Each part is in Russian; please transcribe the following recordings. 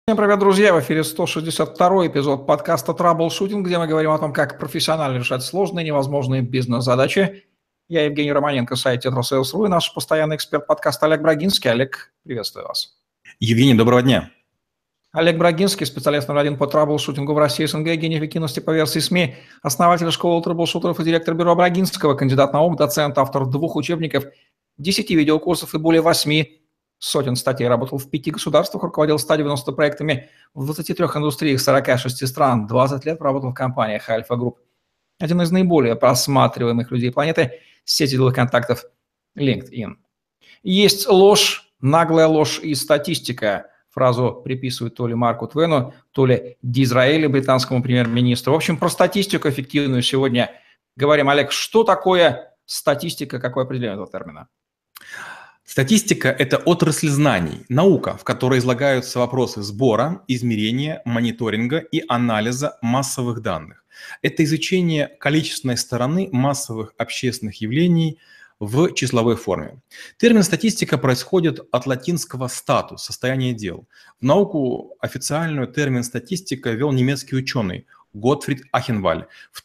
Всем привет, друзья! В эфире 162-й эпизод подкаста «Траблшутинг», где мы говорим о том, как профессионально решать сложные невозможные бизнес-задачи. Я Евгений Романенко, сайт «Тетрасейлс.ру» и наш постоянный эксперт подкаста Олег Брагинский. Олег, приветствую вас. Евгений, доброго дня. Олег Брагинский, специалист номер один по траблшутингу в России, СНГ, гений эффективности по версии СМИ, основатель школы траблшутеров и директор бюро Брагинского, кандидат наук, доцент, автор 2 учебников, 10 видеокурсов и более 8 сотен статей, работал в 5 государствах, руководил 190 проектами в 23 индустриях 46 стран, 20 лет работал в компаниях Альфа Групп. Один из наиболее просматриваемых людей планеты – сети деловых контактов LinkedIn. Есть ложь, наглая ложь и статистика. Фразу приписывают то ли Марку Твену, то ли Дизраэлю, британскому премьер-министру. В общем, про статистику эффективную сегодня говорим. Олег, что такое статистика, какое определение этого термина? Статистика – это отрасль знаний, наука, в которой излагаются вопросы сбора, измерения, мониторинга и анализа массовых данных. Это изучение количественной стороны массовых общественных явлений в числовой форме. Термин «статистика» происходит от латинского «status» – состояние дел. В науку официальную термин «статистика» ввел немецкий ученый Готфрид Ахенваль в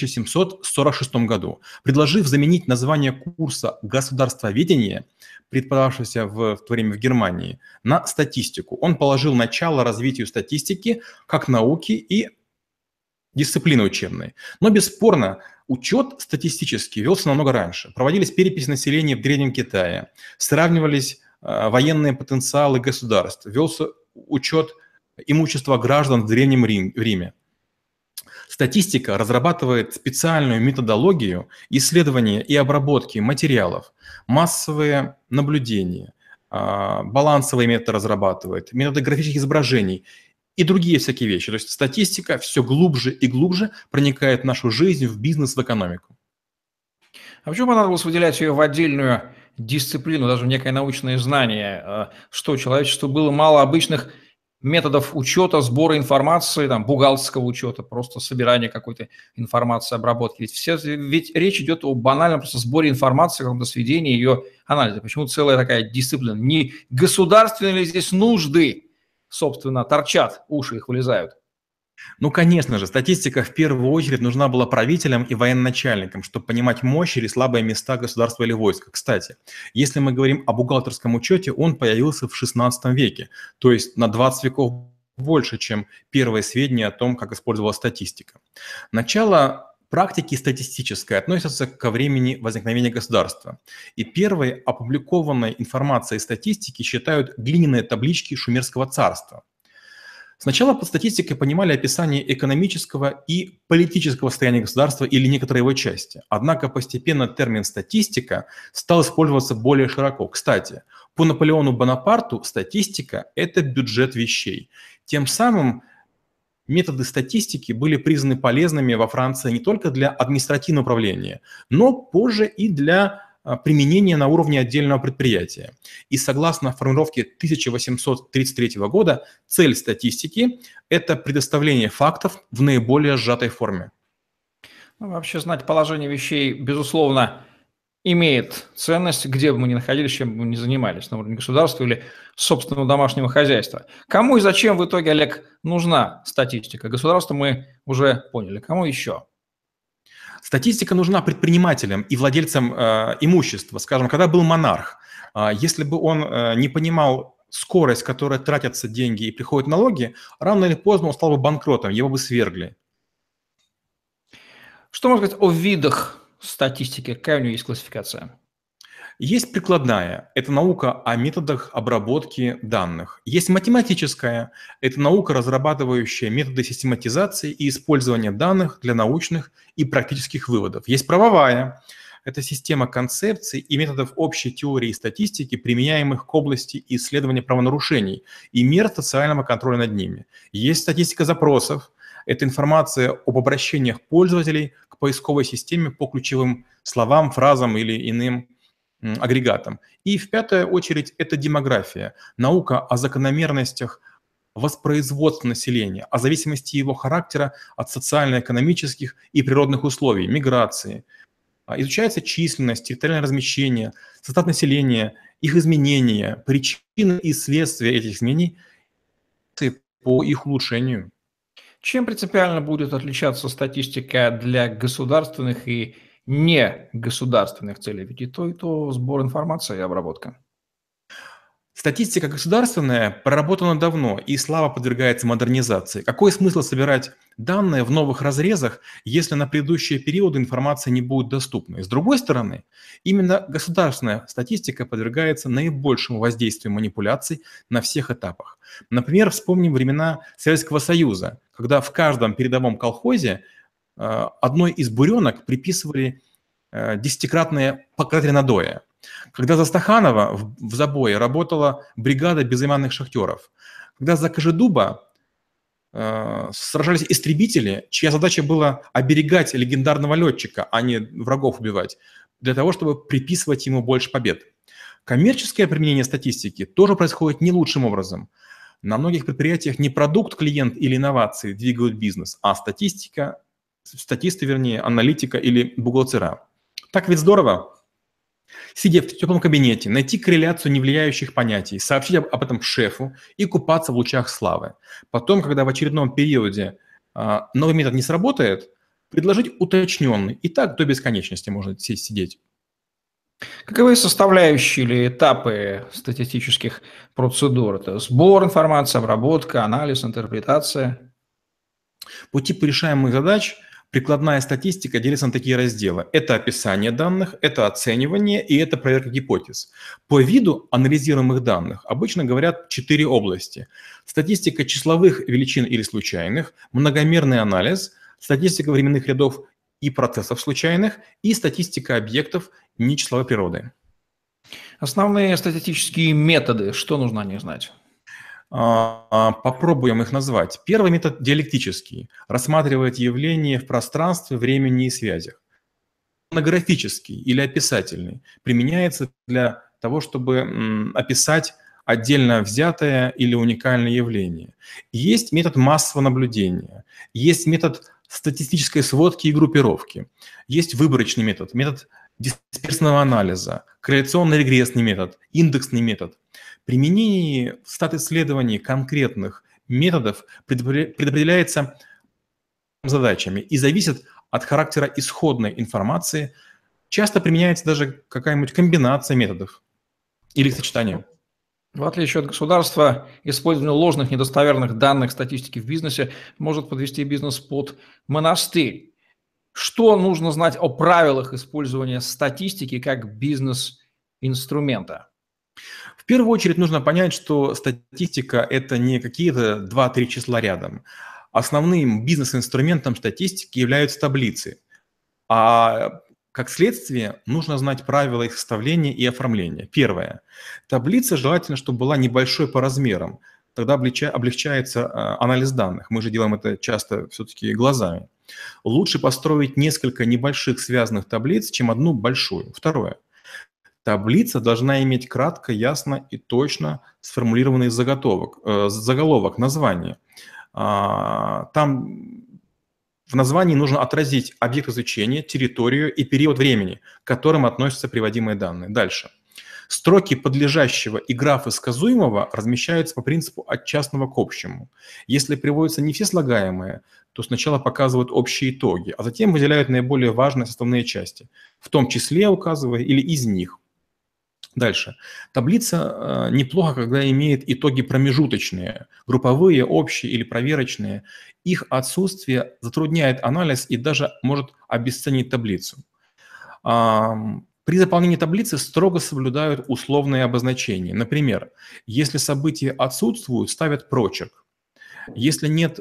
1746 году, предложив заменить название курса «Государствоведение», преподававшегося в то время в Германии, на статистику. Он положил начало развитию статистики как науки и дисциплины учебной. Но бесспорно, учет статистический велся намного раньше. Проводились переписи населения в Древнем Китае, сравнивались военные потенциалы государств, велся учет имущества граждан в Древнем Риме. Статистика разрабатывает специальную методологию исследования и обработки материалов, массовые наблюдения, балансовые методы разрабатывает, методы графических изображений и другие всякие вещи. То есть статистика все глубже и глубже проникает в нашу жизнь, в бизнес, в экономику. А почему понадобилось выделять ее в отдельную дисциплину, даже в некое научное знание? Что человечеству было мало обычных методов учета, сбора информации, там, бухгалтерского учета, просто собирания какой-то информации, обработки. Ведь речь идет о банальном просто сборе информации, каком-то сведении, ее анализе. Почему целая такая дисциплина? Не государственные ли здесь нужды, собственно, торчат, уши их вылезают? Ну, конечно же, статистика в первую очередь нужна была правителям и военачальникам, чтобы понимать мощь или слабые места государства или войска. Кстати, если мы говорим о бухгалтерском учете, он появился в XVI веке, то есть на 20 веков больше, чем первые сведения о том, как использовалась статистика. Начало практики статистической относится ко времени возникновения государства. И первой опубликованной информацией статистики считают глиняные таблички Шумерского царства. Сначала под статистикой понимали описание экономического и политического состояния государства или некоторой его части. Однако постепенно термин «статистика» стал использоваться более широко. Кстати, по Наполеону Бонапарту статистика – это бюджет вещей. Тем самым методы статистики были признаны полезными во Франции не только для административного управления, но позже и для применения на уровне отдельного предприятия. И согласно формулировке 1833 года, цель статистики – это предоставление фактов в наиболее сжатой форме. Ну, вообще знать положение вещей, безусловно, имеет ценность, где бы мы ни находились, чем бы мы ни занимались, на уровне государства или собственного домашнего хозяйства. Кому и зачем в итоге, Олег, нужна статистика? Государству мы уже поняли. Кому еще? Статистика нужна предпринимателям и владельцам имущества. Скажем, когда был монарх, если бы он не понимал скорость, с которой тратятся деньги и приходят налоги, рано или поздно он стал бы банкротом, его бы свергли. Что можно сказать о видах статистики? Какая у нее есть классификация? Есть прикладная – это наука о методах обработки данных. Есть математическая – это наука, разрабатывающая методы систематизации и использования данных для научных и практических выводов. Есть правовая – это система концепций и методов общей теории и статистики, применяемых к области исследования правонарушений и мер социального контроля над ними. Есть статистика запросов – это информация об обращениях пользователей к поисковой системе по ключевым словам, фразам или иным агрегатом. И в пятую очередь это демография, наука о закономерностях воспроизводства населения, о зависимости его характера от социально-экономических и природных условий, миграции. Изучается численность, территориальное размещение, состав населения, их изменения, причины и следствия этих изменений по их улучшению. Чем принципиально будет отличаться статистика для государственных и негосударственных целей? Ведь и то сбор информации и обработка. Статистика государственная проработана давно и слабо подвергается модернизации. Какой смысл собирать данные в новых разрезах, если на предыдущие периоды информация не будет доступна? И с другой стороны, именно государственная статистика подвергается наибольшему воздействию манипуляций на всех этапах. Например, вспомним времена Советского Союза, когда в каждом передовом колхозе одной из буренок приписывали десятикратное показатели надоя. Когда за Стаханова в забое работала бригада безымянных шахтеров. Когда за Кожедуба сражались истребители, чья задача была оберегать легендарного летчика, а не врагов убивать, для того, чтобы приписывать ему больше побед. Коммерческое применение статистики тоже происходит не лучшим образом. На многих предприятиях не продукт, клиент или инновации двигают бизнес, а статисты, аналитика или бухгалтера. Так ведь здорово. Сидя в теплом кабинете, найти корреляцию невлияющих понятий, сообщить об этом шефу и купаться в лучах славы. Потом, когда в очередном периоде новый метод не сработает, предложить уточненный. И так до бесконечности можно сидеть. Каковы составляющие или этапы статистических процедур? Это сбор информации, обработка, анализ, интерпретация. По типу решаемых задач прикладная статистика делится на такие разделы. Это описание данных, это оценивание и это проверка гипотез. По виду анализируемых данных обычно говорят 4 области. Статистика числовых величин или случайных, многомерный анализ, статистика временных рядов и процессов случайных и статистика объектов нечисловой природы. Основные статистические методы, что нужно о них знать? Попробуем их назвать. Первый метод диалектический, рассматривает явления в пространстве, времени и связях. Монографический или описательный применяется для того, чтобы описать отдельно взятое или уникальное явление. Есть метод массового наблюдения, есть метод статистической сводки и группировки, есть выборочный метод, метод дисперсного анализа, корреляционно-регрессный метод, индексный метод. Применение в стат-исследовании конкретных методов предопределяется задачами и зависит от характера исходной информации. Часто применяется даже какая-нибудь комбинация методов или их сочетание. В отличие от государства, использование ложных, недостоверных данных статистики в бизнесе может подвести бизнес под монастырь. Что нужно знать о правилах использования статистики как бизнес-инструмента? В первую очередь нужно понять, что статистика – это не какие-то 2-3 числа рядом. Основным бизнес-инструментом статистики являются таблицы. А как следствие, нужно знать правила их составления и оформления. Первое. Таблица желательно, чтобы была небольшой по размерам. Тогда облегчается анализ данных. Мы же делаем это часто все-таки глазами. Лучше построить несколько небольших связанных таблиц, чем одну большую. Второе. Таблица должна иметь кратко, ясно и точно сформулированный заголовок, название. Там в названии нужно отразить объект изучения, территорию и период времени, к которым относятся приводимые данные. Дальше. Строки подлежащего и графы сказуемого размещаются по принципу от частного к общему. Если приводятся не все слагаемые, то сначала показывают общие итоги, а затем выделяют наиболее важные составные части, в том числе указывая или из них. Дальше. Таблица неплохо, когда имеет итоги промежуточные, групповые, общие или проверочные. Их отсутствие затрудняет анализ и даже может обесценить таблицу. При заполнении таблицы строго соблюдают условные обозначения. Например, если события отсутствуют, ставят прочерк. Если нет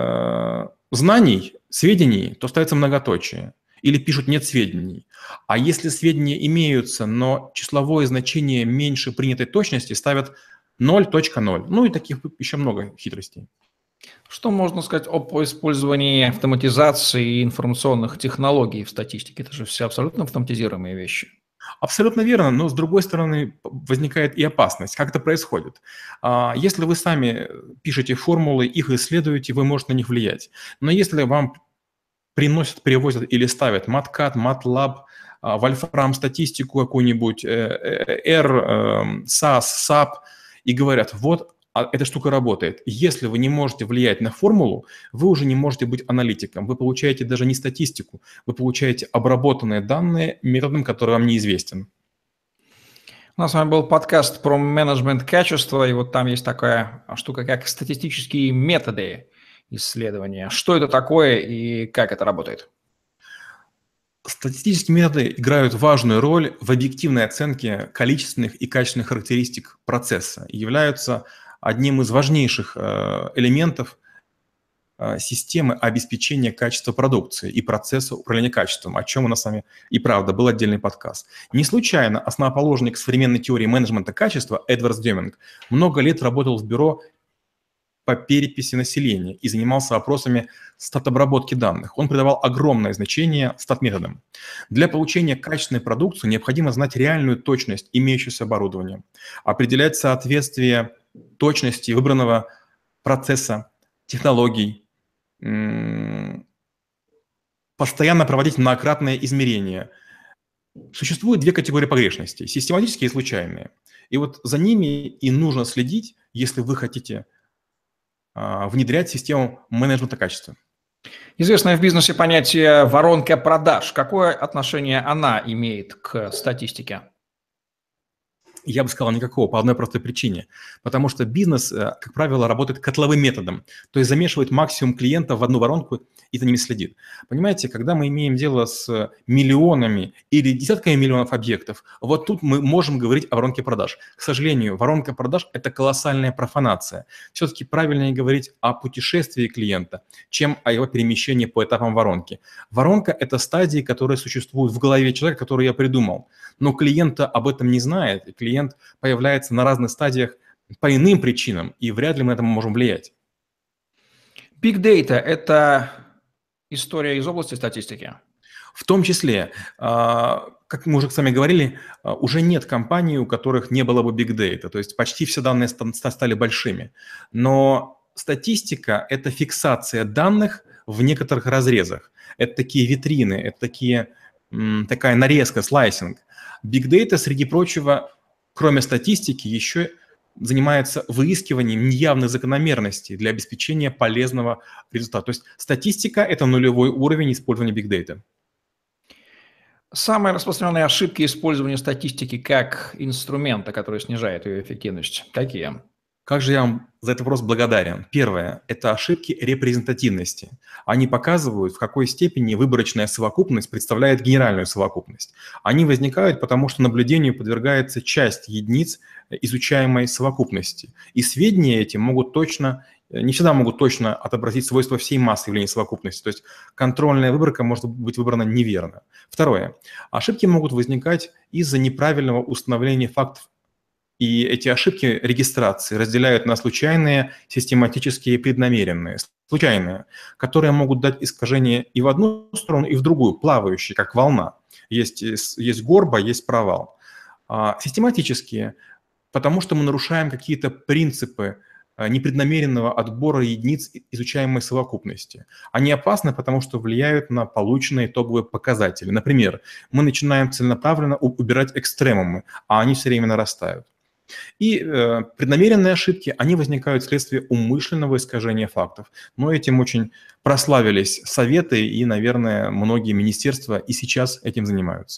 сведений, то ставится многоточие. Или пишут «нет сведений». А если сведения имеются, но числовое значение меньше принятой точности, ставят 0.0. Ну и таких еще много хитростей. Что можно сказать об использовании автоматизации и информационных технологий в статистике? Это же все абсолютно автоматизируемые вещи. Абсолютно верно, но с другой стороны возникает и опасность. Как это происходит? Если вы сами пишете формулы, их исследуете, вы можете на них влиять. Но если вам приносят, перевозят или ставят MATCAD, MATLAB, Wolfram статистику какую-нибудь, R, SAS, SAP, и говорят, вот эта штука работает. Если вы не можете влиять на формулу, вы уже не можете быть аналитиком. Вы получаете даже не статистику, вы получаете обработанные данные методом, который вам неизвестен. У нас с вами был подкаст про менеджмент качества, и вот там есть такая штука, как статистические методы исследования. Что это такое и как это работает? Статистические методы играют важную роль в объективной оценке количественных и качественных характеристик процесса и являются одним из важнейших элементов системы обеспечения качества продукции и процесса управления качеством, о чем у нас с вами и правда был отдельный подкаст. Не случайно основоположник современной теории менеджмента качества Эдвард Деминг много лет работал в бюро по переписи населения и занимался вопросами статобработки данных. Он придавал огромное значение стат-методам. Для получения качественной продукции необходимо знать реальную точность имеющегося оборудования, определять соответствие точности выбранного процесса, технологий, постоянно проводить многократные измерения. Существует две категории погрешностей – систематические и случайные. И вот за ними и нужно следить, если вы хотите внедрять систему менеджмента качества. Известное в бизнесе понятие воронка продаж. Какое отношение она имеет к статистике? Я бы сказал, никакого, по одной простой причине. Потому что бизнес, как правило, работает котловым методом, то есть замешивает максимум клиентов в одну воронку и за ними следит. Понимаете, когда мы имеем дело с миллионами или десятками миллионов объектов, вот тут мы можем говорить о воронке продаж. К сожалению, воронка продаж – это колоссальная профанация. Все-таки правильнее говорить о путешествии клиента, чем о его перемещении по этапам воронки. Воронка – это стадии, которые существуют в голове человека, которые я придумал. Но клиент об этом не знает, и клиент появляется на разных стадиях по иным причинам, и вряд ли мы на это можем влиять. Big Data – это история из области статистики? В том числе, как мы уже с вами говорили, уже нет компаний, у которых не было бы Big Data, то есть почти все данные стали большими. Но статистика – это фиксация данных в некоторых разрезах. Это такие витрины, это такая нарезка, слайсинг. Big Data, среди прочего, кроме статистики, еще занимается выискиванием неявных закономерностей для обеспечения полезного результата. То есть статистика – это нулевой уровень использования Big Data. Самые распространенные ошибки использования статистики как инструмента, который снижает ее эффективность, какие? Как же я вам за этот вопрос благодарен. Первое – это ошибки репрезентативности. Они показывают, в какой степени выборочная совокупность представляет генеральную совокупность. Они возникают, потому что наблюдению подвергается часть единиц изучаемой совокупности. И сведения эти не всегда могут точно отобразить свойства всей массы явлений совокупности. То есть контрольная выборка может быть выбрана неверно. Второе. Ошибки могут возникать из-за неправильного установления фактов. И эти ошибки регистрации разделяют на случайные, систематические и преднамеренные. Случайные, которые могут дать искажение и в одну сторону, и в другую, плавающие, как волна. Есть горба, есть провал. Систематические, потому что мы нарушаем какие-то принципы непреднамеренного отбора единиц изучаемой совокупности. Они опасны, потому что влияют на полученные итоговые показатели. Например, мы начинаем целенаправленно убирать экстремумы, а они все время нарастают. И преднамеренные ошибки, они возникают вследствие умышленного искажения фактов. Но этим очень прославились советы, и, наверное, многие министерства и сейчас этим занимаются.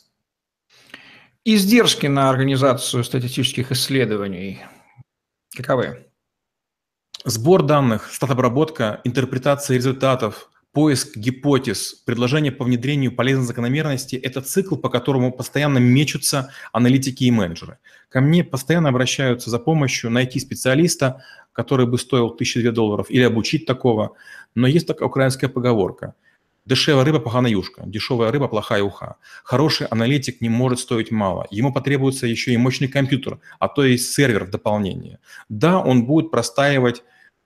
Издержки на организацию статистических исследований каковы? Сбор данных, статобработка, интерпретация результатов, поиск гипотез, предложения по внедрению полезных закономерностей – это цикл, по которому постоянно мечутся аналитики и менеджеры. Ко мне постоянно обращаются за помощью найти специалиста, который бы стоил $1002, или обучить такого. Но есть такая украинская поговорка: «Дешевая рыба – погана юшка, дешевая рыба – плохая уха». Хороший аналитик не может стоить мало. Ему потребуется еще и мощный компьютер, а то и сервер в дополнение. Да, он будет простаивать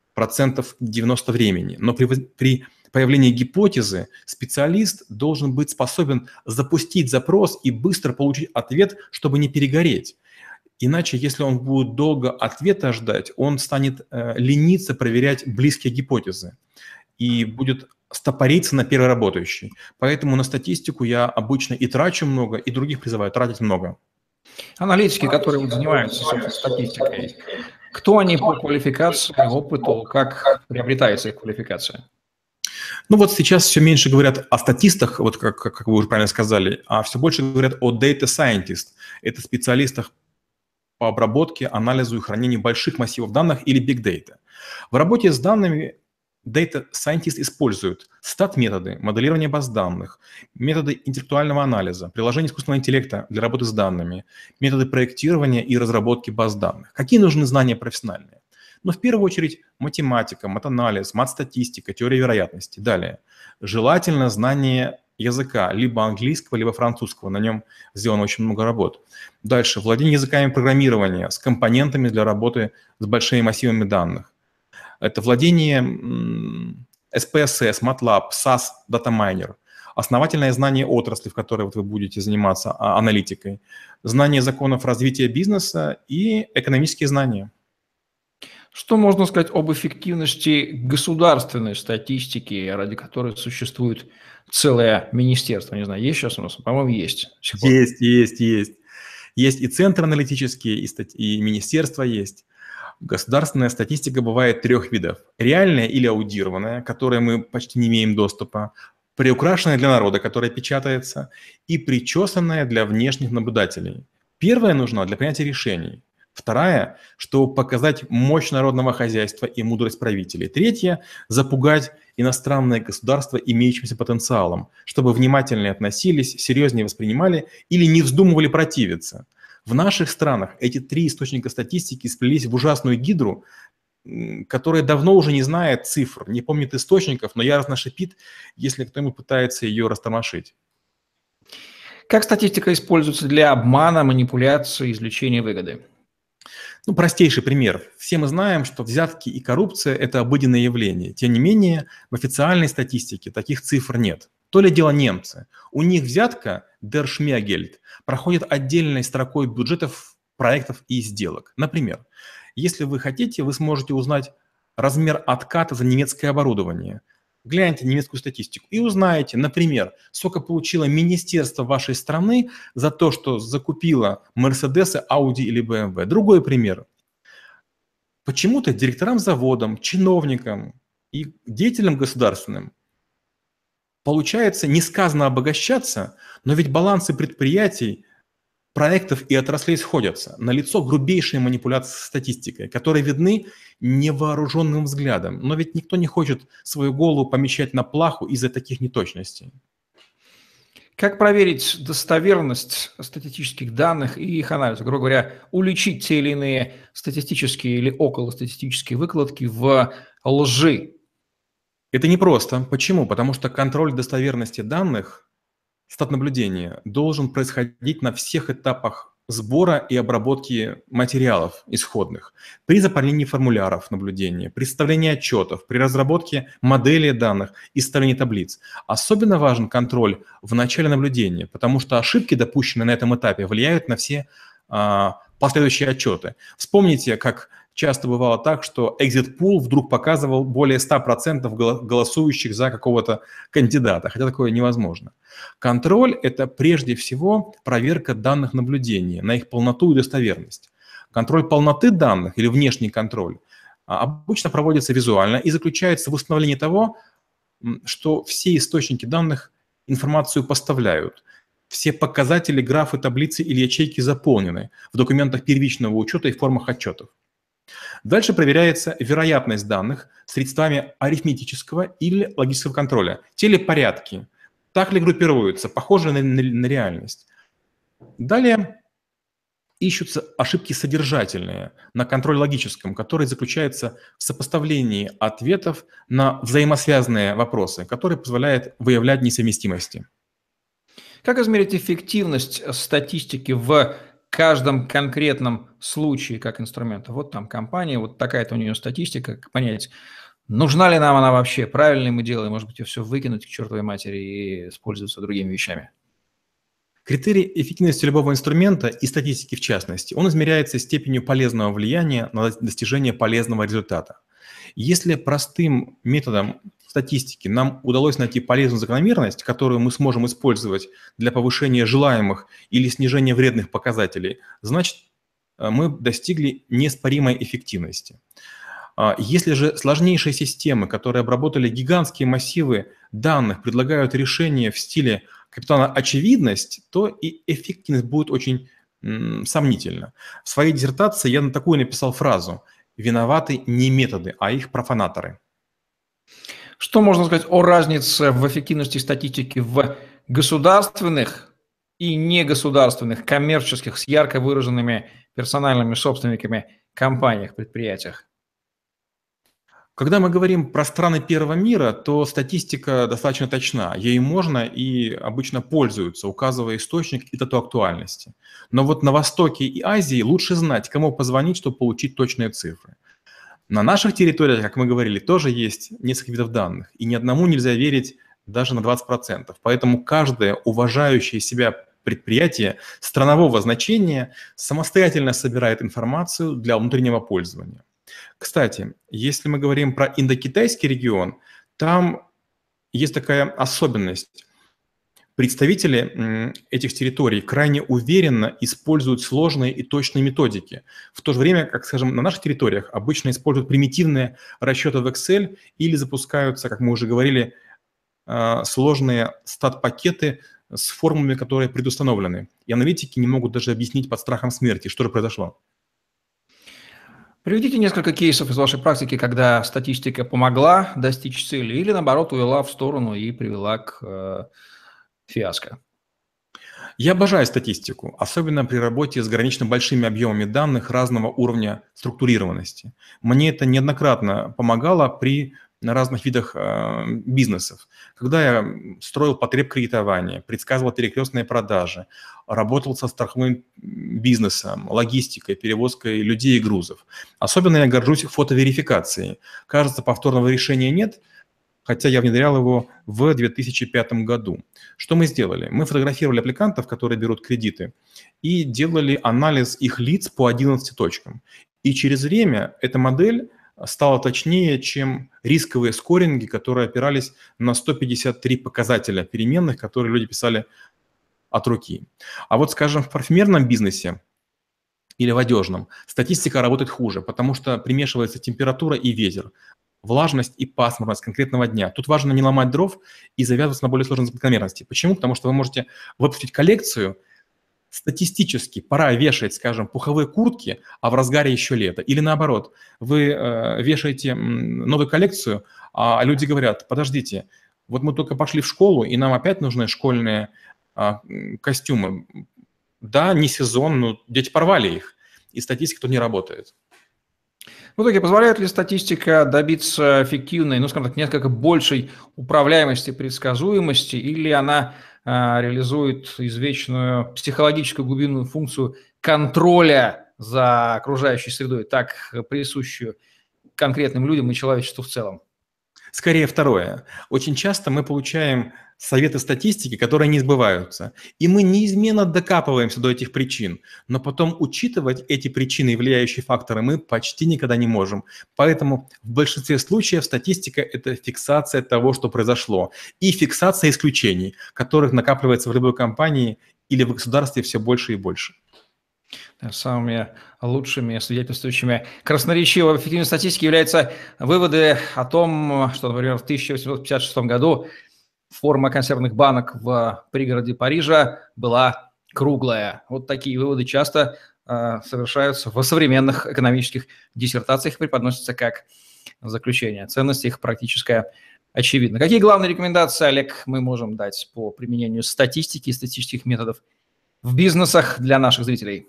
90% времени, но при появлении гипотезы специалист должен быть способен запустить запрос и быстро получить ответ, чтобы не перегореть. Иначе, если он будет долго ответа ждать, он станет лениться проверять близкие гипотезы и будет стопориться на первой работающей. Поэтому на статистику я обычно и трачу много, и других призываю тратить много. Аналитики, которые занимаются статистикой, Кто они по квалификации, опыту, как приобретается их квалификация? Ну вот сейчас все меньше говорят о статистах, вот как вы уже правильно сказали, а все больше говорят о data scientist. Это специалистах по обработке, анализу и хранению больших массивов данных или big data. В работе с данными Data Scientist используют стат-методы, моделирование баз данных, методы интеллектуального анализа, приложение искусственного интеллекта для работы с данными, методы проектирования и разработки баз данных. Какие нужны знания профессиональные? Ну, в первую очередь, математика, матанализ, мат-статистика, теория вероятности. Далее, желательно знание языка, либо английского, либо французского. На нем сделано очень много работ. Дальше, владение языками программирования с компонентами для работы с большими массивами данных. Это владение SPSS, MATLAB, SAS, DataMiner, основательное знание отрасли, в которой вот вы будете заниматься аналитикой, знание законов развития бизнеса и экономические знания. Что можно сказать об эффективности государственной статистики, ради которой существует целое министерство? Не знаю, есть сейчас у нас? По-моему, есть. Есть. Есть и центры аналитические, и министерства есть. Государственная статистика бывает трех видов. Реальная или аудированная, к которой мы почти не имеем доступа, приукрашенная для народа, которая печатается, и причесанная для внешних наблюдателей. Первая нужна для принятия решений. Вторая, чтобы показать мощь народного хозяйства и мудрость правителей. Третья, запугать иностранные государства имеющимся потенциалом, чтобы внимательнее относились, серьезнее воспринимали или не вздумывали противиться. В наших странах эти три источника статистики сплелись в ужасную гидру, которая давно уже не знает цифр, не помнит источников, но яростно шипит, если кто-нибудь пытается ее растормошить. Как статистика используется для обмана, манипуляции, извлечения выгоды? Ну, простейший пример. Все мы знаем, что взятки и коррупция – это обыденное явление. Тем не менее, в официальной статистике таких цифр нет. То ли дело немцы. У них взятка, der Schmiergeld, проходит отдельной строкой бюджетов, проектов и сделок. Например, если вы хотите, вы сможете узнать размер отката за немецкое оборудование. Гляньте немецкую статистику и узнаете, например, сколько получило министерство вашей страны за то, что закупило Мерседесы, Ауди или БМВ. Другой пример. Почему-то директорам заводам, чиновникам и деятелям государственным получается несказанно обогащаться, но ведь балансы предприятий, проектов и отраслей сходятся. Налицо грубейшие манипуляции с статистикой, которые видны невооруженным взглядом. Но ведь никто не хочет свою голову помещать на плаху из-за таких неточностей. Как проверить достоверность статистических данных и их анализ? Грубо говоря, уличить те или иные статистические или околостатистические выкладки в лжи? Это непросто. Почему? Потому что контроль достоверности данных, статнаблюдения, должен происходить на всех этапах сбора и обработки материалов исходных, при заполнении формуляров наблюдения, при составлении отчетов, при разработке модели данных и составлении таблиц. Особенно важен контроль в начале наблюдения, потому что ошибки, допущенные на этом этапе, влияют на все последующие отчеты. Вспомните, как часто бывало так, что exit poll вдруг показывал более 100% голосующих за какого-то кандидата, хотя такое невозможно. Контроль – это прежде всего проверка данных наблюдения на их полноту и достоверность. Контроль полноты данных или внешний контроль обычно проводится визуально и заключается в установлении того, что все источники данных информацию поставляют. Все показатели, графы, таблицы или ячейки заполнены в документах первичного учета и в формах отчетов. Дальше проверяется вероятность данных средствами арифметического или логического контроля. Те ли порядки, так ли группируются, похожи на реальность. Далее ищутся ошибки содержательные на контроль логическом, который заключается в сопоставлении ответов на взаимосвязанные вопросы, который позволяет выявлять несовместимости. Как измерить эффективность статистики в каждом конкретном случае как инструмента? Вот там компания, вот такая-то у нее статистика, как понять, нужна ли нам она вообще, правильно ли мы делаем, может быть, ее все выкинуть к чертовой матери и использоваться другими вещами? Критерий эффективности любого инструмента и статистики в частности, он измеряется степенью полезного влияния на достижение полезного результата. Если простым методом статистики нам удалось найти полезную закономерность, которую мы сможем использовать для повышения желаемых или снижения вредных показателей, значит, мы достигли неоспоримой эффективности. Если же сложнейшие системы, которые обработали гигантские массивы данных, предлагают решения в стиле капитана очевидность, то и эффективность будет очень сомнительна. В своей диссертации я на такую написал фразу: «Виноваты не методы, а их профанаторы». Что можно сказать о разнице в эффективности статистики в государственных и негосударственных, коммерческих, с ярко выраженными персональными собственниками компаниях, предприятиях? Когда мы говорим про страны первого мира, то статистика достаточно точна. Ей можно и обычно пользуются, указывая источник и дату актуальности. Но вот на Востоке и Азии лучше знать, кому позвонить, чтобы получить точные цифры. На наших территориях, как мы говорили, тоже есть несколько видов данных, и ни одному нельзя верить даже на 20%. Поэтому каждое уважающее себя предприятие странового значения самостоятельно собирает информацию для внутреннего пользования. Кстати, если мы говорим про индокитайский регион, там есть такая особенность. Представители этих территорий крайне уверенно используют сложные и точные методики, в то же время, как, скажем, на наших территориях обычно используют примитивные расчеты в Excel или запускаются, как мы уже говорили, сложные стат-пакеты с формулами, которые предустановлены. И аналитики не могут даже объяснить под страхом смерти, что же произошло. Приведите несколько кейсов из вашей практики, когда статистика помогла достичь цели или, наоборот, увела в сторону и привела к фиаско. Я обожаю статистику, особенно при работе с гранично большими объемами данных разного уровня структурированности. Мне это неоднократно помогало при разных видах бизнесов. Когда я строил потреб кредитования, предсказывал перекрестные продажи, работал со страховым бизнесом, логистикой, перевозкой людей и грузов. Особенно я горжусь фотоверификацией. Кажется, повторного решения нет, хотя я внедрял его в 2005 году. Что мы сделали? Мы фотографировали аппликантов, которые берут кредиты, и делали анализ их лиц по 11 точкам. И через время эта модель стала точнее, чем рисковые скоринги, которые опирались на 153 показателя переменных, которые люди писали от руки. А вот, скажем, в парфюмерном бизнесе или в одежном статистика работает хуже, потому что примешивается температура и ветер, влажность и пасмурность конкретного дня. Тут важно не ломать дров и завязываться на более сложные закономерности. Почему? Потому что вы можете выпустить коллекцию, статистически пора вешать, скажем, пуховые куртки, а в разгаре еще лето. Или наоборот, вы вешаете новую коллекцию, а люди говорят: подождите, вот мы только пошли в школу, и нам опять нужны школьные костюмы. Да, не сезон, но дети порвали их, и статистика тут не работает. В итоге, позволяет ли статистика добиться эффективной, ну, скажем так, несколько большей управляемости, предсказуемости, или она реализует извечную психологическую глубинную функцию контроля за окружающей средой, так присущую конкретным людям и человечеству в целом? Скорее второе. Очень часто мы получаем советы статистики, которые не сбываются, и мы неизменно докапываемся до этих причин, но потом учитывать эти причины и влияющие факторы мы почти никогда не можем. Поэтому в большинстве случаев статистика – это фиксация того, что произошло, и фиксация исключений, которых накапливается в любой компании или в государстве все больше и больше. Самыми лучшими свидетельствующими красноречивой эффективной статистики являются выводы о том, что, например, в 1856 году форма консервных банок в пригороде Парижа была круглая. Вот такие выводы часто совершаются в современных экономических диссертациях, преподносятся как заключение. Ценность их практическая очевидна. Какие главные рекомендации, Олег, мы можем дать по применению статистики и статистических методов в бизнесах для наших зрителей?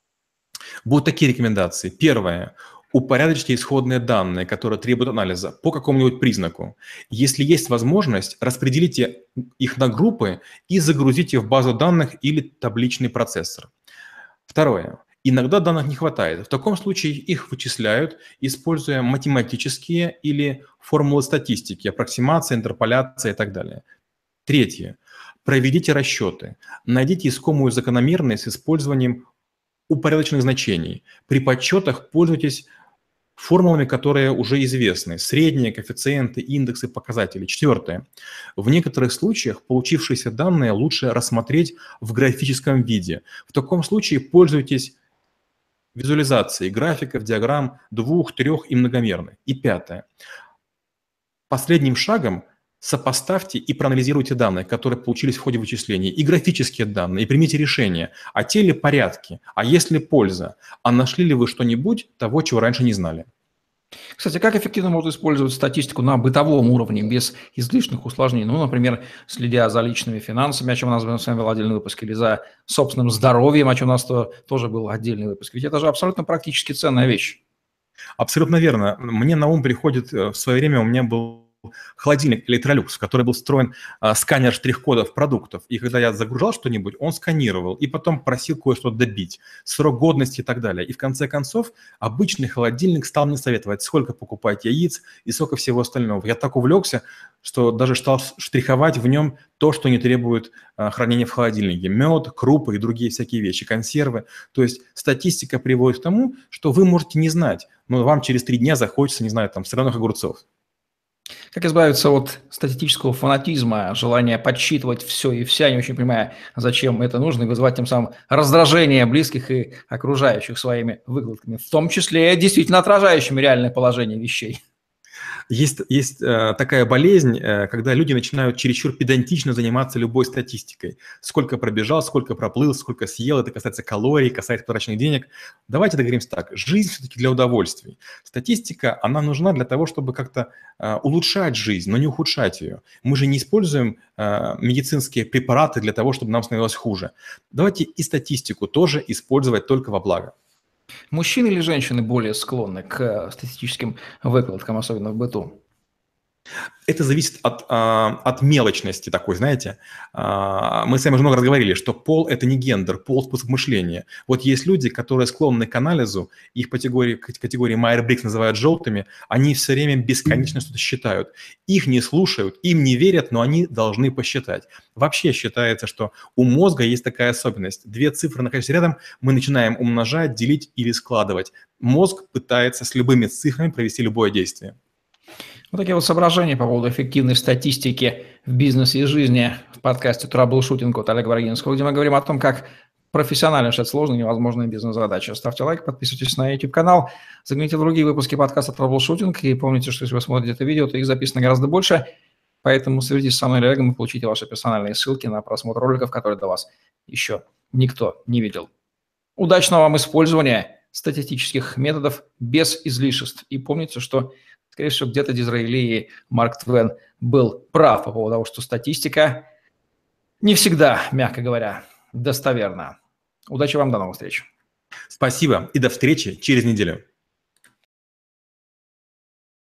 Будут такие рекомендации. Первое. Упорядочьте исходные данные, которые требуют анализа по какому-нибудь признаку. Если есть возможность, распределите их на группы и загрузите в базу данных или табличный процессор. Второе. Иногда данных не хватает. В таком случае их вычисляют, используя математические или формулы статистики, аппроксимация, интерполяция и так далее. Третье. Проведите расчеты. Найдите искомую закономерность с использованием упорядоченных значений. При подсчетах пользуйтесь формулами, которые уже известны. Средние, коэффициенты, индексы, показатели. Четвертое. В некоторых случаях получившиеся данные лучше рассмотреть в графическом виде. В таком случае пользуйтесь визуализации графиков, диаграмм, двух-, трех- и многомерных. И пятое. Последним шагом сопоставьте и проанализируйте данные, которые получились в ходе вычислений, и графические данные, и примите решение, а те ли порядки, а есть ли польза, а нашли ли вы что-нибудь того, чего раньше не знали. Кстати, как эффективно можно использовать статистику на бытовом уровне, без излишних усложнений? Ну, например, следя за личными финансами, о чем у нас с вами был отдельный выпуск, или за собственным здоровьем, о чем у нас тоже был отдельный выпуск. Ведь это же абсолютно практически ценная вещь. Абсолютно верно. Мне на ум приходит, в свое время у меня был холодильник Electrolux, в который был встроен сканер штрих-кодов продуктов. И когда я загружал что-нибудь, он сканировал и потом просил кое-что добить, срок годности и так далее. И в конце концов обычный холодильник стал мне советовать, сколько покупать яиц и сколько всего остального. Я так увлекся, что даже стал штриховать в нем то, что не требует хранения в холодильнике. Мед, крупы и другие всякие вещи, консервы. То есть статистика приводит к тому, что вы можете не знать, но вам через 3 дня захочется, не знаю, там, соленых огурцов. Как избавиться от статистического фанатизма, желания подсчитывать все и вся, не очень понимая, зачем это нужно, и вызывать тем самым раздражение близких и окружающих своими выкладками, в том числе действительно отражающими реальное положение вещей? Есть такая болезнь, когда люди начинают чересчур педантично заниматься любой статистикой. Сколько пробежал, сколько проплыл, сколько съел, это касается калорий, касается потраченных денег. Давайте договоримся так, жизнь все-таки для удовольствий. Статистика, она нужна для того, чтобы как-то улучшать жизнь, но не ухудшать ее. Мы же не используем медицинские препараты для того, чтобы нам становилось хуже. Давайте и статистику тоже использовать только во благо. Мужчины или женщины более склонны к статистическим выкладкам, особенно в быту? Это зависит от мелочности такой, знаете. Мы с вами уже много раз говорили, что пол – это не гендер, пол – способ мышления. Вот есть люди, которые склонны к анализу, их категории Майер-Брикс называют желтыми, они все время бесконечно что-то считают. Их не слушают, им не верят, но они должны посчитать. Вообще считается, что у мозга есть такая особенность. 2 цифры, находящиеся рядом, мы начинаем умножать, делить или складывать. Мозг пытается с любыми цифрами провести любое действие. Вот такие вот соображения по поводу эффективной статистики в бизнесе и жизни в подкасте «Траблшутинг» от Олега Брагинского, где мы говорим о том, как профессионально решать сложные невозможные бизнес-задачи. Ставьте лайк, подписывайтесь на YouTube-канал, загляните в другие выпуски подкаста «Траблшутинг» и помните, что если вы смотрите это видео, то их записано гораздо больше, поэтому свяжитесь со мной или Олегом и получите ваши персональные ссылки на просмотр роликов, которые до вас еще никто не видел. Удачного вам использования статистических методов без излишеств. И помните, что, скорее всего, где-то Дизраэли и Марк Твен был прав по поводу того, что статистика не всегда, мягко говоря, достоверна. Удачи вам, до новых встреч. Спасибо и до встречи через неделю.